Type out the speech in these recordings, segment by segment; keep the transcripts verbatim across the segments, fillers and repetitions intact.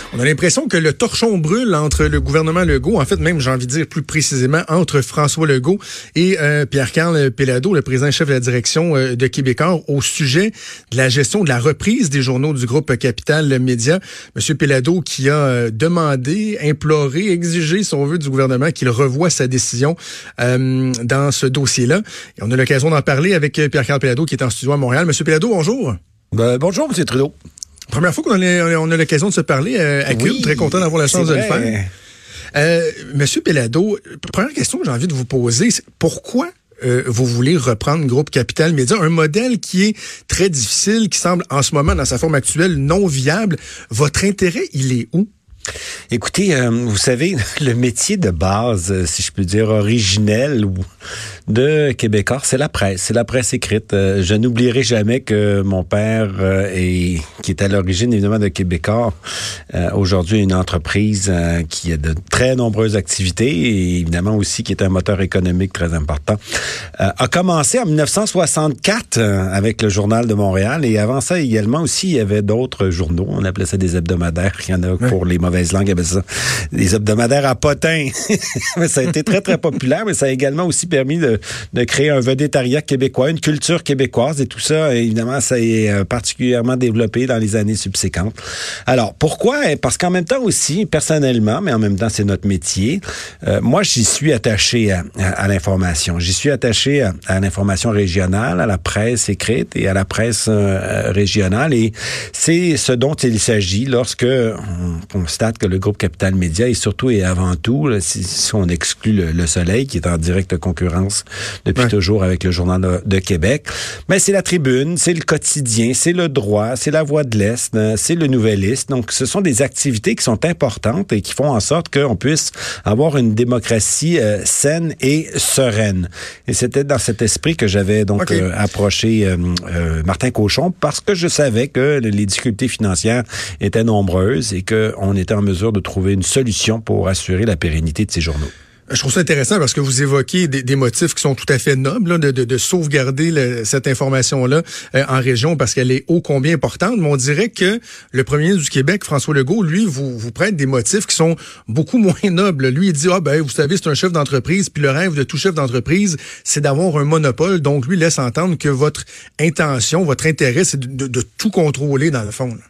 On a l'impression que le torchon brûle entre le gouvernement Legault, en fait même, j'ai envie de dire plus précisément, entre François Legault et euh, Pierre-Karl Péladeau, le président-chef de la direction euh, de Québecor, au sujet de la gestion de la reprise des journaux du groupe Capital Média. Monsieur Péladeau qui a euh, demandé, imploré, exigé, si on veut, du gouvernement qu'il revoie sa décision euh, dans ce dossier-là. Et on a l'occasion d'en parler avec Pierre-Karl Péladeau qui est en studio à Montréal. Monsieur Péladeau, bonjour. Ben, bonjour, M. Trudeau. Première fois qu'on a, on a l'occasion de se parler euh, à Cube. Oui, très content d'avoir la chance de le faire. Euh, Monsieur Péladeau, première question que j'ai envie de vous poser, c'est pourquoi euh, vous voulez reprendre Groupe Capital Média, un modèle qui est très difficile, qui semble en ce moment, dans sa forme actuelle, non viable. Votre intérêt, il est où? Écoutez, euh, vous savez, le métier de base, si je peux dire originel de Québecor, c'est la presse, c'est la presse écrite. Euh, je n'oublierai jamais que mon père, euh, est, qui est à l'origine évidemment de Québecor, euh, aujourd'hui une entreprise euh, qui a de très nombreuses activités et évidemment aussi qui est un moteur économique très important, euh, a commencé en dix-neuf cent soixante-quatre euh, avec le Journal de Montréal et avant ça également aussi il y avait d'autres journaux, on appelait ça des hebdomadaires, il y en a ouais. pour les mauvaises langues, il y avait ça, des hebdomadaires à potins. Ça a été très très populaire, mais ça a également aussi permis de de créer un vedettariat québécois, une culture québécoise et tout ça, évidemment, ça est particulièrement développé dans les années subséquentes. Alors, pourquoi? Parce qu'en même temps aussi, personnellement, mais en même temps, c'est notre métier, euh, moi, j'y suis attaché à, à, à l'information. J'y suis attaché à, à l'information régionale, à la presse écrite et à la presse euh, régionale et c'est ce dont il s'agit lorsque on constate que le groupe Capital Média est surtout et avant tout, là, si, si on exclut le, le Soleil, qui est en directe concurrence depuis ouais. toujours avec le Journal de, de Québec. Mais c'est la Tribune, c'est le Quotidien, c'est le Droit, c'est la Voix de l'Est, c'est le Nouvelliste. Donc, ce sont des activités qui sont importantes et qui font en sorte qu'on puisse avoir une démocratie euh, saine et sereine. Et c'était dans cet esprit que j'avais donc okay. euh, approché euh, euh, Martin Cochon parce que je savais que les difficultés financières étaient nombreuses et qu'on était en mesure de trouver une solution pour assurer la pérennité de ces journaux. Je trouve ça intéressant parce que vous évoquez des, des motifs qui sont tout à fait nobles, là, de, de, de sauvegarder le, cette information-là euh, en région parce qu'elle est ô combien importante. Mais on dirait que le premier ministre du Québec, François Legault, lui, vous, vous prête des motifs qui sont beaucoup moins nobles. Lui, il dit, ah ben, vous savez, c'est un chef d'entreprise, puis le rêve de tout chef d'entreprise, c'est d'avoir un monopole. Donc, lui, laisse entendre que votre intention, votre intérêt, c'est de, de, de tout contrôler dans le fond, là.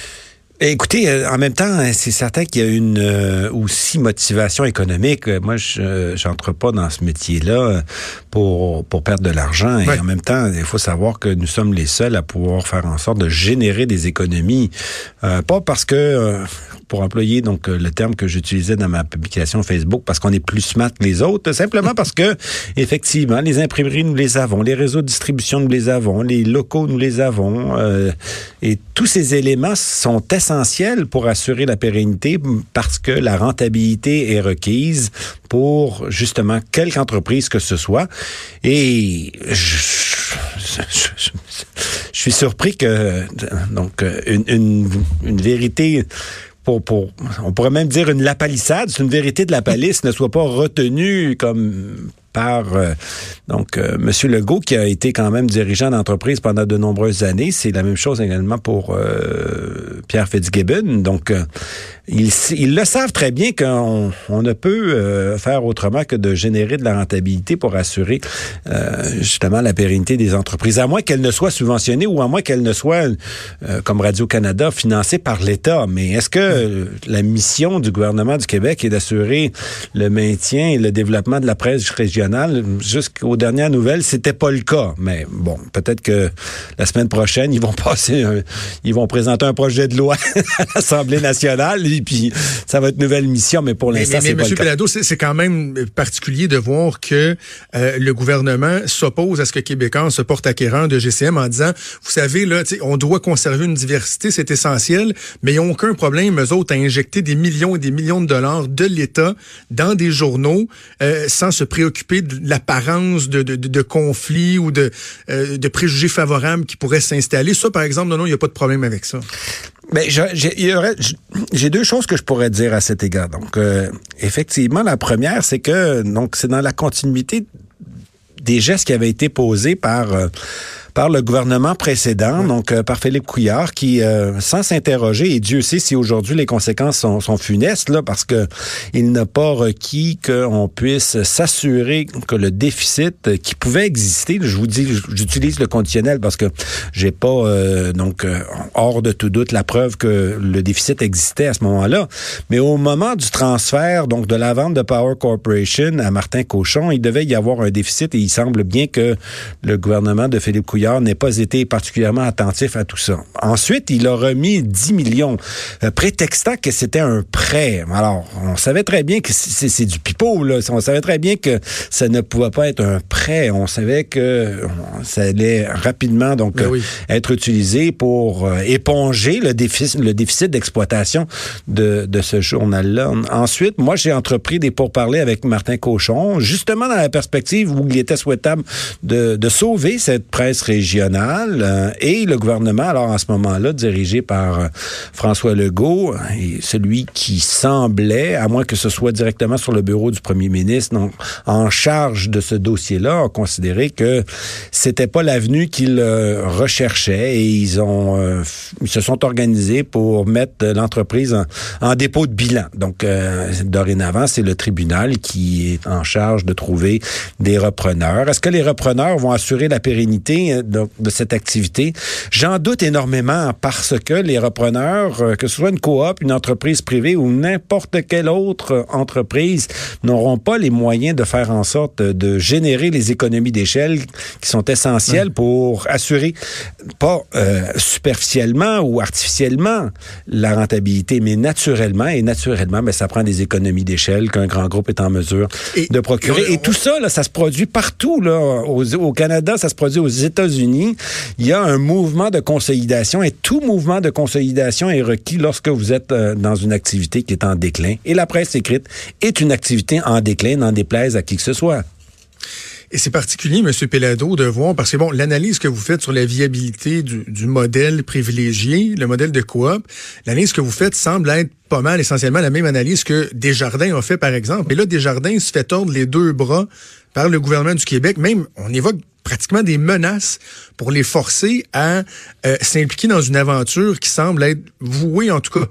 Écoutez, euh, en même temps, c'est certain qu'il y a une euh, aussi motivation économique. Moi, je j'entre pas dans ce métier-là pour pour perdre de l'argent. Et ouais. en même temps, il faut savoir que nous sommes les seuls à pouvoir faire en sorte de générer des économies. Euh, pas parce que, euh, pour employer donc le terme que j'utilisais dans ma publication Facebook, parce qu'on est plus smart que les autres, simplement parce que, effectivement, les imprimeries, nous les avons, les réseaux de distribution, nous les avons, les locaux, nous les avons. Euh, et tous ces éléments sont essentiel pour assurer la pérennité parce que la rentabilité est requise pour justement quelque entreprise que ce soit. Et je, je, je, je suis surpris que donc une, une, une vérité Pour, pour, on pourrait même dire une lapalissade, c'est une vérité de la palisse ne soit pas retenue comme par euh, donc euh, M. Legault qui a été quand même dirigeant d'entreprise pendant de nombreuses années. C'est la même chose également pour euh, Pierre Fitzgibbon. Donc, euh, ils, ils le savent très bien qu'on on ne peut euh, faire autrement que de générer de la rentabilité pour assurer euh, justement la pérennité des entreprises, à moins qu'elles ne soient subventionnées ou à moins qu'elles ne soient, euh, comme Radio-Canada, financées par l'État. Mais est-ce que la mission du gouvernement du Québec est d'assurer le maintien et le développement de la presse régionale? Jusqu'aux dernières nouvelles, c'était pas le cas. Mais bon, peut-être que la semaine prochaine, ils vont passer, un, ils vont présenter un projet de loi à l'Assemblée nationale et puis ça va être une nouvelle mission. Mais pour l'instant, mais, mais, c'est mais pas M. le cas. Péladeau, c'est, c'est quand même particulier de voir que euh, le gouvernement s'oppose à ce que Québécois se porte acquéreur de G C M en disant, vous savez, là, on doit conserver une diversité, c'est essentiel, mais ils n'ont aucun problème, eux autres, à injecter des millions et des millions de dollars de l'État dans des journaux euh, sans se préoccuper de l'apparence de, de, de, de conflits ou de, euh, de préjugés favorables qui pourraient s'installer. Ça, par exemple, non, non, il n'y a pas de problème avec ça. Mais j'ai, il y aurait, j'ai deux choses que je pourrais dire à cet égard. Donc, euh, effectivement, la première, c'est que donc c'est dans la continuité des gestes qui avaient été posés par... Euh, par le gouvernement précédent, oui. donc euh, par Philippe Couillard, qui, euh, sans s'interroger, et Dieu sait si aujourd'hui les conséquences sont, sont funestes, là, parce que il n'a pas requis qu'on puisse s'assurer que le déficit qui pouvait exister, je vous dis, j'utilise le conditionnel parce que j'ai pas, euh, donc, euh, hors de tout doute la preuve que le déficit existait à ce moment-là, mais au moment du transfert, donc, de la vente de Power Corporation à Martin Cauchon, il devait y avoir un déficit et il semble bien que le gouvernement de Philippe Couillard n'ait pas été particulièrement attentif à tout ça. Ensuite, il a remis dix millions, euh, prétextant que c'était un prêt. Alors, on savait très bien que c'est, c'est du pipeau, là. On savait très bien que ça ne pouvait pas être un prêt. On savait que ça allait rapidement, donc, euh, oui. être utilisé pour euh, éponger le déficit, le déficit d'exploitation de, de ce journal-là. Ensuite, moi, j'ai entrepris des pourparlers avec Martin Cauchon, justement dans la perspective où il était souhaitable de, de sauver cette presse régionale euh, et le gouvernement, alors à ce moment-là, dirigé par euh, François Legault, et celui qui semblait, à moins que ce soit directement sur le bureau du premier ministre, donc, en charge de ce dossier-là, a considéré que c'était pas l'avenue qu'il euh, recherchait et ils ont euh, ils se sont organisés pour mettre l'entreprise en, en dépôt de bilan. Donc, euh, dorénavant, c'est le tribunal qui est en charge de trouver des repreneurs. Est-ce que les repreneurs vont assurer la pérennité de, de cette activité? J'en doute énormément parce que les repreneurs, que ce soit une coop, une entreprise privée ou n'importe quelle autre entreprise, n'auront pas les moyens de faire en sorte de générer les économies d'échelle qui sont essentielles mmh. pour assurer, pas euh, superficiellement ou artificiellement, la rentabilité, mais naturellement. Et naturellement, ben, ça prend des économies d'échelle qu'un grand groupe est en mesure et, de procurer. Et, on, et tout ça, là, ça se produit partout. Là, au, au Canada, ça se produit aux États-Unis. Il y a un mouvement de consolidation et tout mouvement de consolidation est requis lorsque vous êtes euh, dans une activité qui est en déclin. Et la presse écrite est une activité en déclin, n'en déplaise à qui que ce soit. Et c'est particulier, M. Péladeau, de voir, parce que bon, l'analyse que vous faites sur la viabilité du, du modèle privilégié, le modèle de coop, l'analyse que vous faites semble être pas mal essentiellement la même analyse que Desjardins a fait, par exemple. Et là, Desjardins se fait tordre les deux bras par le gouvernement du Québec. Même, on évoque pratiquement des menaces pour les forcer à euh, s'impliquer dans une aventure qui semble être vouée, en tout cas,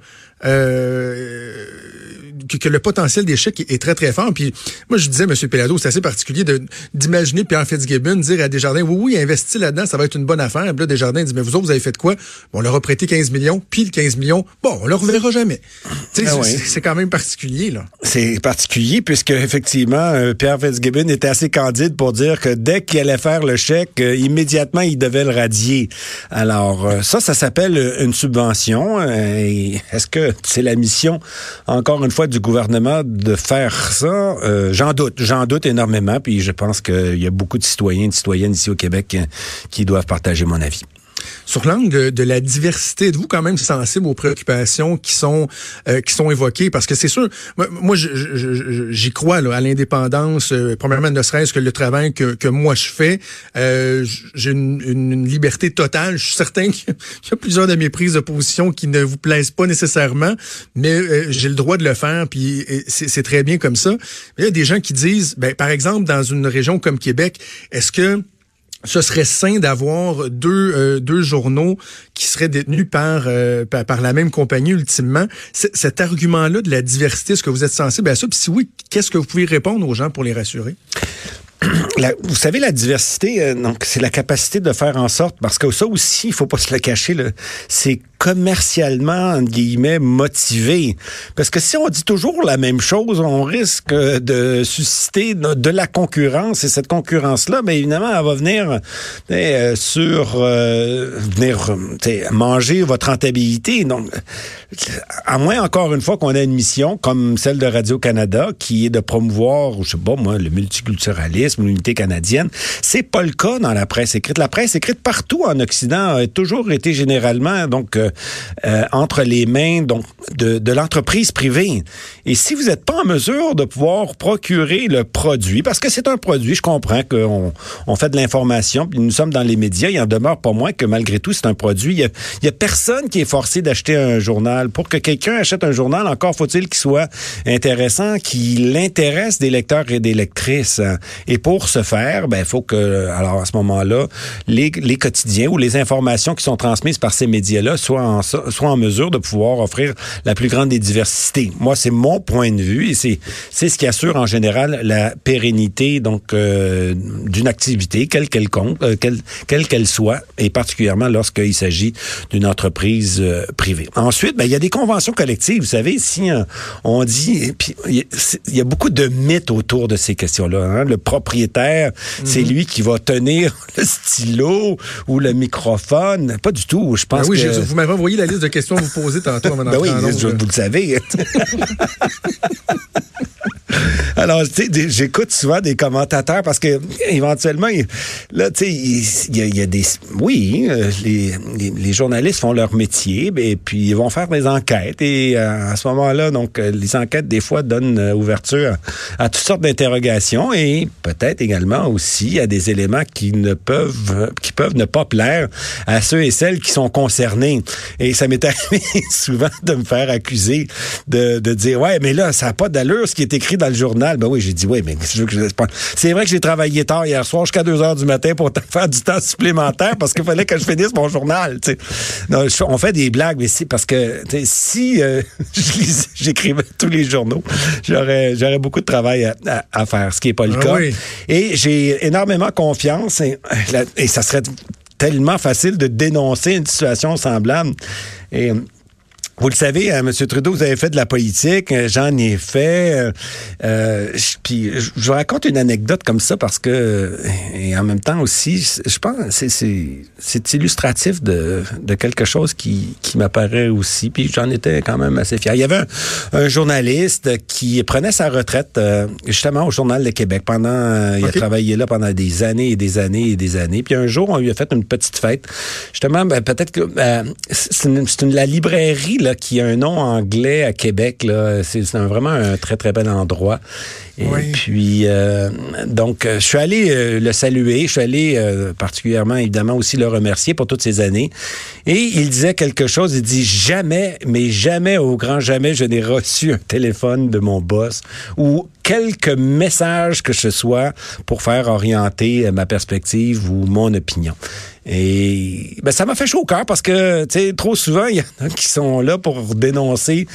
euh, que, que le potentiel d'échec est, est très, très fort. Puis moi, je disais, M. Péladeau, c'est assez particulier de, d'imaginer Pierre Fitzgibbon dire à Desjardins, oui, oui, investis là-dedans, ça va être une bonne affaire. Puis là, Desjardins dit, mais vous autres, vous avez fait quoi? Bon, on leur a prêté quinze millions, puis le quinze millions, bon, on le reverra jamais. Tu sais, ah c'est, oui. c'est quand même particulier, là. C'est particulier, puisque effectivement, euh, Pierre Fitzgibbon était assez candide pour dire que dès qu'il allait faire le chèque, euh, immédiatement, il devait le radier. Alors, euh, ça, ça s'appelle une subvention. Euh, et est-ce que c'est la mission, encore une fois, du gouvernement de faire ça? Euh, j'en doute, j'en doute énormément, puis je pense qu'il y a beaucoup de citoyens et de citoyennes ici au Québec qui doivent partager mon avis. Sur l'angle de, de la diversité, êtes-vous quand même sensible aux préoccupations qui sont euh, qui sont évoquées? Parce que c'est sûr, moi, moi je, je, je, j'y crois là, à l'indépendance, euh, premièrement, ne serait-ce que le travail que, que moi je fais. Euh, j'ai une, une, une liberté totale. Je suis certain qu'il y a plusieurs de mes prises de position qui ne vous plaisent pas nécessairement, mais euh, j'ai le droit de le faire, puis c'est, c'est très bien comme ça. Mais il y a des gens qui disent, ben, par exemple, dans une région comme Québec, est-ce que ce serait sain d'avoir deux euh, deux journaux qui seraient détenus par, euh, par par la même compagnie ultimement. C- cet argument-là de la diversité, est-ce que vous êtes sensible à ça? Puis si oui, qu'est-ce que vous pouvez répondre aux gens pour les rassurer? La, vous savez, la diversité, euh, donc c'est la capacité de faire en sorte, parce que ça aussi, il faut pas se le cacher, là, c'est commercialement, entre guillemets, motivé. Parce que si on dit toujours la même chose, on risque de susciter de la concurrence. Et cette concurrence-là, bien évidemment, elle va venir euh, sur euh, venir manger votre rentabilité. Donc, à moins, encore une fois, qu'on ait une mission comme celle de Radio-Canada, qui est de promouvoir, je sais pas moi, le multiculturalisme, l'unité canadienne. C'est pas le cas dans la presse écrite. La presse écrite partout en Occident a toujours été généralement donc euh, euh, entre les mains donc de, de l'entreprise privée. Et si vous n'êtes pas en mesure de pouvoir procurer le produit, parce que c'est un produit, je comprends qu'on on fait de l'information, puis nous sommes dans les médias, il en demeure pas moins que malgré tout, c'est un produit. Il y a, il y a personne qui est forcé d'acheter un journal. Pour que quelqu'un achète un journal, encore faut-il qu'il soit intéressant, qu'il intéresse des lecteurs et des lectrices. Et pour ce faire, ben il faut que, alors à ce moment-là, les, les quotidiens ou les informations qui sont transmises par ces médias-là soient en, soient en mesure de pouvoir offrir la plus grande des diversités. Moi, c'est mon point de vue et c'est, c'est ce qui assure en général la pérennité donc euh, d'une activité, quelle qu'elle compte, euh, quelle, quelle qu'elle soit, et particulièrement lorsqu'il s'agit d'une entreprise euh, privée. Ensuite, ben il y a des conventions collectives. Vous savez, si euh, on dit, puis il y, y a beaucoup de mythes autour de ces questions-là. Hein? Le propriétaire, mm-hmm. c'est lui qui va tenir le stylo ou le microphone. Pas du tout. Je pense ben oui, que... vous m'avez envoyé la liste de questions que vous posez tantôt avant d'entrer ben oui, en je, vous le savez. Alors, tu sais, j'écoute souvent des commentateurs parce que éventuellement, là, tu sais, il y, y, y a des... Oui, les, les, les journalistes font leur métier, et puis ils vont faire des enquêtes. Et euh, à ce moment-là, donc, les enquêtes, des fois, donnent euh, ouverture à, à toutes sortes d'interrogations et peut-être également aussi à des éléments qui ne peuvent, qui peuvent ne pas plaire à ceux et celles qui sont concernés. Et ça m'est arrivé souvent de me faire accuser de, de dire, ouais, mais là, ça n'a pas d'allure ce qui est écrit dans le journal. Ben oui, j'ai dit oui, mais je veux que je... c'est vrai que j'ai travaillé tard hier soir jusqu'à deux heures du matin pour faire du temps supplémentaire parce qu'il fallait que je finisse mon journal. T'sais. Non, je, on fait des blagues, mais c'est parce que si euh, j'écrivais tous les journaux, j'aurais, j'aurais beaucoup de travail à, à, à faire, ce qui n'est pas le ah cas. Oui. Et j'ai énormément confiance et, et ça serait tellement facile de dénoncer une situation semblable. Et vous le savez, hein, M. Trudeau, vous avez fait de la politique, j'en ai fait. Euh, euh, puis je vous raconte une anecdote comme ça parce que, et en même temps aussi, je pense, c'est c'est c'est illustratif de de quelque chose qui qui m'apparaît aussi. Puis j'en étais quand même assez fier. Il y avait un, un journaliste qui prenait sa retraite euh, justement au Journal de Québec pendant. Euh, il okay. a travaillé là pendant des années et des années et des années. Puis un jour, on lui a fait une petite fête. Justement, ben, peut-être que euh, c'est, une, c'est une, la librairie là, qui a un nom anglais à Québec. Là. C'est, c'est un, vraiment un très, très bel endroit. Et oui. puis, euh, donc, je suis allé euh, le saluer. Je suis allé euh, particulièrement, évidemment, aussi le remercier pour toutes ces années. Et il disait quelque chose. Il dit, jamais, mais jamais, au grand jamais, je n'ai reçu un téléphone de mon boss ou quelques messages que ce soit pour faire orienter ma perspective ou mon opinion. Et ben ça m'a fait chaud au cœur parce que, tu sais, trop souvent, il y en a qui sont là pour dénoncer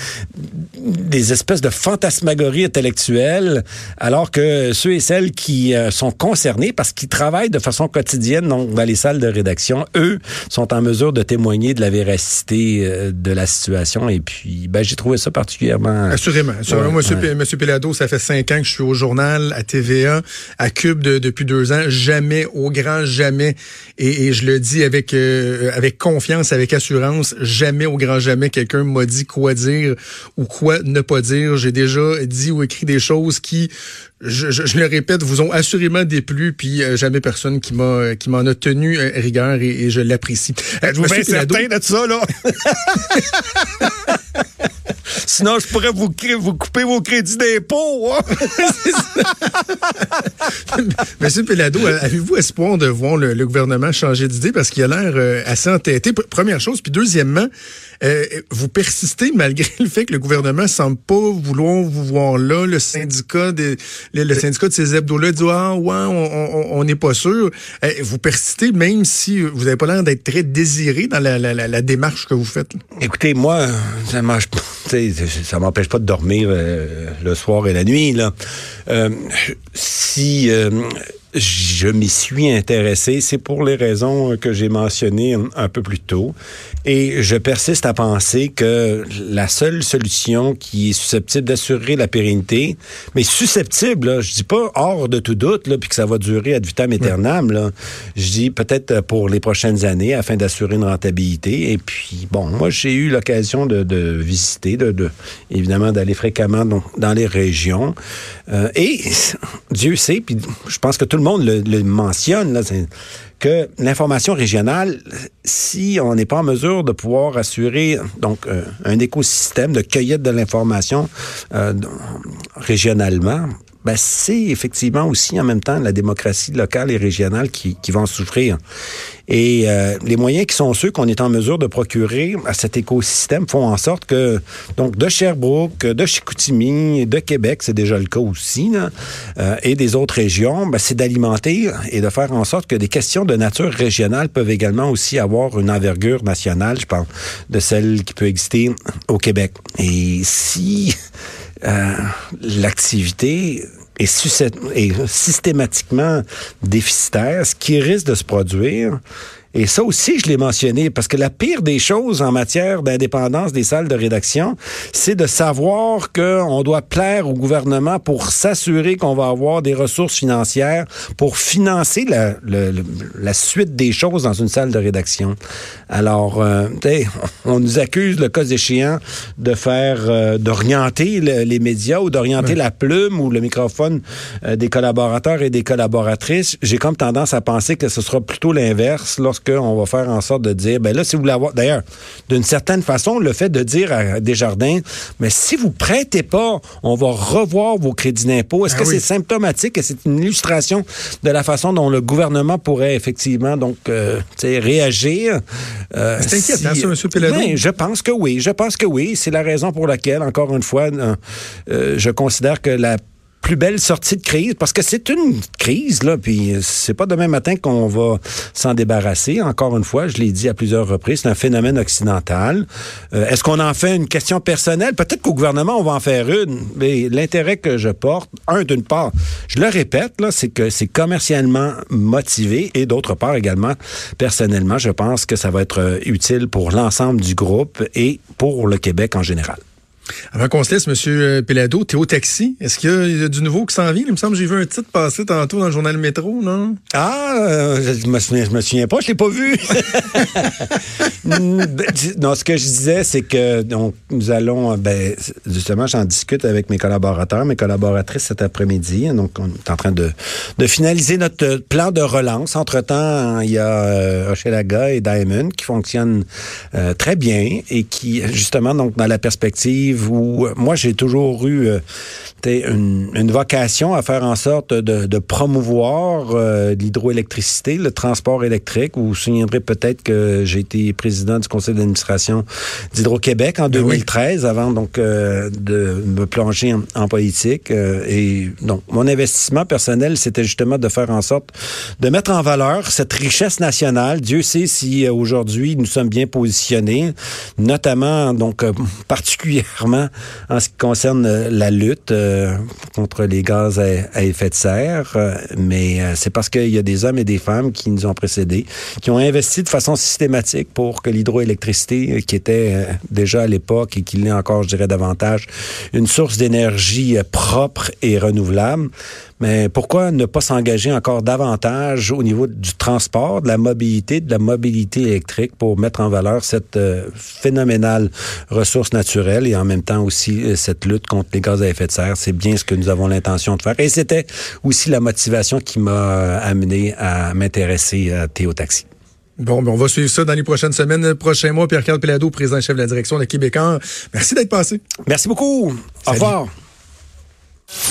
des espèces de fantasmagories intellectuelles, alors que ceux et celles qui euh, sont concernés parce qu'ils travaillent de façon quotidienne donc, dans les salles de rédaction, eux, sont en mesure de témoigner de la véracité euh, de la situation. Et puis, ben j'ai trouvé ça particulièrement... Assurément. Assurément. Ouais, Monsieur, ouais. Monsieur Péladeau, ça fait cinq ans que je suis au journal, à T V A, à Cube de, depuis deux ans. Jamais, au grand jamais, et, et je le dis avec euh, avec confiance, avec assurance, jamais, au grand jamais, quelqu'un m'a dit quoi dire ou quoi ne pas dire. J'ai déjà dit ou écrit des choses qui, je, je, je le répète, vous ont assurément déplu, puis euh, jamais personne qui m'a qui m'en a tenu euh, rigueur et, et je l'apprécie. Euh, je vous bien certain de ça, là. Sinon, je pourrais vous, vous couper vos crédits d'impôt. Hein? Monsieur Péladeau, avez-vous espoir de voir le, le gouvernement changer d'idée parce qu'il a l'air euh, assez entêté? Première chose. Puis deuxièmement, euh, vous persistez malgré le fait que le gouvernement semble pas vouloir vous voir là. Le syndicat de, le, le syndicat de ces hebdos-là dit « Ah, ouais, on n'est pas sûr. Euh, » Vous persistez même si vous n'avez pas l'air d'être très désiré dans la, la, la, la démarche que vous faites. Là. Écoutez, moi, ça mange pas. Ça m'empêche pas de dormir euh, le soir et la nuit, là. Euh, si euh, je m'y suis intéressé, c'est pour les raisons que j'ai mentionnées un, un peu plus tôt. Et je persiste à penser que la seule solution qui est susceptible d'assurer la pérennité, mais susceptible, là, je dis pas hors de tout doute, là, puis que ça va durer ad vitam aeternam, là, je dis peut-être pour les prochaines années afin d'assurer une rentabilité. Et puis, bon, moi, j'ai eu l'occasion de, de visiter, de, de évidemment d'aller fréquemment dans, dans les régions. Euh, et Dieu sait, puis je pense que tout le le monde le, le mentionne, là, c'est que l'information régionale, si on n'est pas en mesure de pouvoir assurer donc euh, un écosystème de cueillette de l'information euh, régionalement, ben c'est effectivement aussi en même temps la démocratie locale et régionale qui, qui va en souffrir. Et euh, les moyens qui sont ceux qu'on est en mesure de procurer à cet écosystème font en sorte que, donc, de Sherbrooke, de Chicoutimi, de Québec, c'est déjà le cas aussi, là, euh, et des autres régions, ben, c'est d'alimenter et de faire en sorte que des questions de nature régionale peuvent également aussi avoir une envergure nationale. Je parle de celle qui peut exister au Québec. Et si euh, l'activité est, est systématiquement déficitaire, ce qui risque de se produire. Et ça aussi, je l'ai mentionné, parce que la pire des choses en matière d'indépendance des salles de rédaction, c'est de savoir qu'on doit plaire au gouvernement pour s'assurer qu'on va avoir des ressources financières pour financer la, la, la suite des choses dans une salle de rédaction. Alors, euh, on nous accuse, le cas échéant, de faire, euh, d'orienter le, les médias ou d'orienter ouais. la plume ou le microphone euh, des collaborateurs et des collaboratrices. J'ai comme tendance à penser que ce sera plutôt l'inverse lorsque on va faire en sorte de dire, ben là, si vous voulez avoir, d'ailleurs, d'une certaine façon, le fait de dire à Desjardins, mais si vous prêtez pas, on va revoir vos crédits d'impôt. Est-ce ah que oui. c'est symptomatique et c'est une illustration de la façon dont le gouvernement pourrait effectivement donc euh, réagir? Euh, c'est inquiétant, si, ça, M. Péladeau? Ben, je pense que oui. Je pense que oui. C'est la raison pour laquelle, encore une fois, euh, euh, je considère que la plus belle sortie de crise, parce que c'est une crise, là, puis c'est pas demain matin qu'on va s'en débarrasser. Encore une fois, je l'ai dit à plusieurs reprises, c'est un phénomène occidental. Euh, est-ce qu'on en fait une question personnelle? Peut-être qu'au gouvernement, on va en faire une, mais l'intérêt que je porte, un, d'une part, je le répète, là, c'est que c'est commercialement motivé, et d'autre part également, personnellement, je pense que ça va être utile pour l'ensemble du groupe et pour le Québec en général. Avant qu'on se laisse, M. Péladeau, t'es au taxi. Est-ce qu'il y a, il y a du nouveau qui s'en vient? Il me semble que j'ai vu un titre passer tantôt dans le journal Métro, non? Ah, euh, je me souviens, je me souviens pas, je l'ai pas vu. Non, ce que je disais, c'est que donc, nous allons, ben, justement, j'en discute avec mes collaborateurs, mes collaboratrices cet après-midi. Donc, on est en train de, de finaliser notre plan de relance. Entre-temps, il y a euh, Hochelaga et Diamond qui fonctionnent euh, très bien et qui, justement, donc, dans la perspective où moi, j'ai toujours eu euh, une, une vocation à faire en sorte de, de promouvoir euh, l'hydroélectricité, le transport électrique. Vous vous souviendrez peut-être que j'ai été président du conseil d'administration d'Hydro-Québec en deux mille treize, oui. avant donc euh, de me plonger en, en politique. Euh, et donc, mon investissement personnel, c'était justement de faire en sorte de mettre en valeur cette richesse nationale. Dieu sait si euh, aujourd'hui, nous sommes bien positionnés, notamment, donc, euh, particulièrement en ce qui concerne euh, la lutte euh, contre les gaz à, à effet de serre, euh, mais euh, c'est parce qu'il y a des hommes et des femmes qui nous ont précédés, qui ont investi de façon systématique pour que l'hydroélectricité, euh, qui était euh, déjà à l'époque et qui l'est encore, je dirais davantage, une source d'énergie euh, propre et renouvelable. Mais pourquoi ne pas s'engager encore davantage au niveau du transport, de la mobilité, de la mobilité électrique pour mettre en valeur cette euh, phénoménale ressource naturelle et en même temps aussi euh, cette lutte contre les gaz à effet de serre. C'est bien ce que nous avons l'intention de faire. Et c'était aussi la motivation qui m'a euh, amené à m'intéresser à Théo Taxi. Bon, ben on va suivre ça dans les prochaines semaines, prochains mois. Pierre-Carl Péladeau, président-chef de la direction de Québécois. Merci d'être passé. Merci beaucoup. Salut. Au revoir.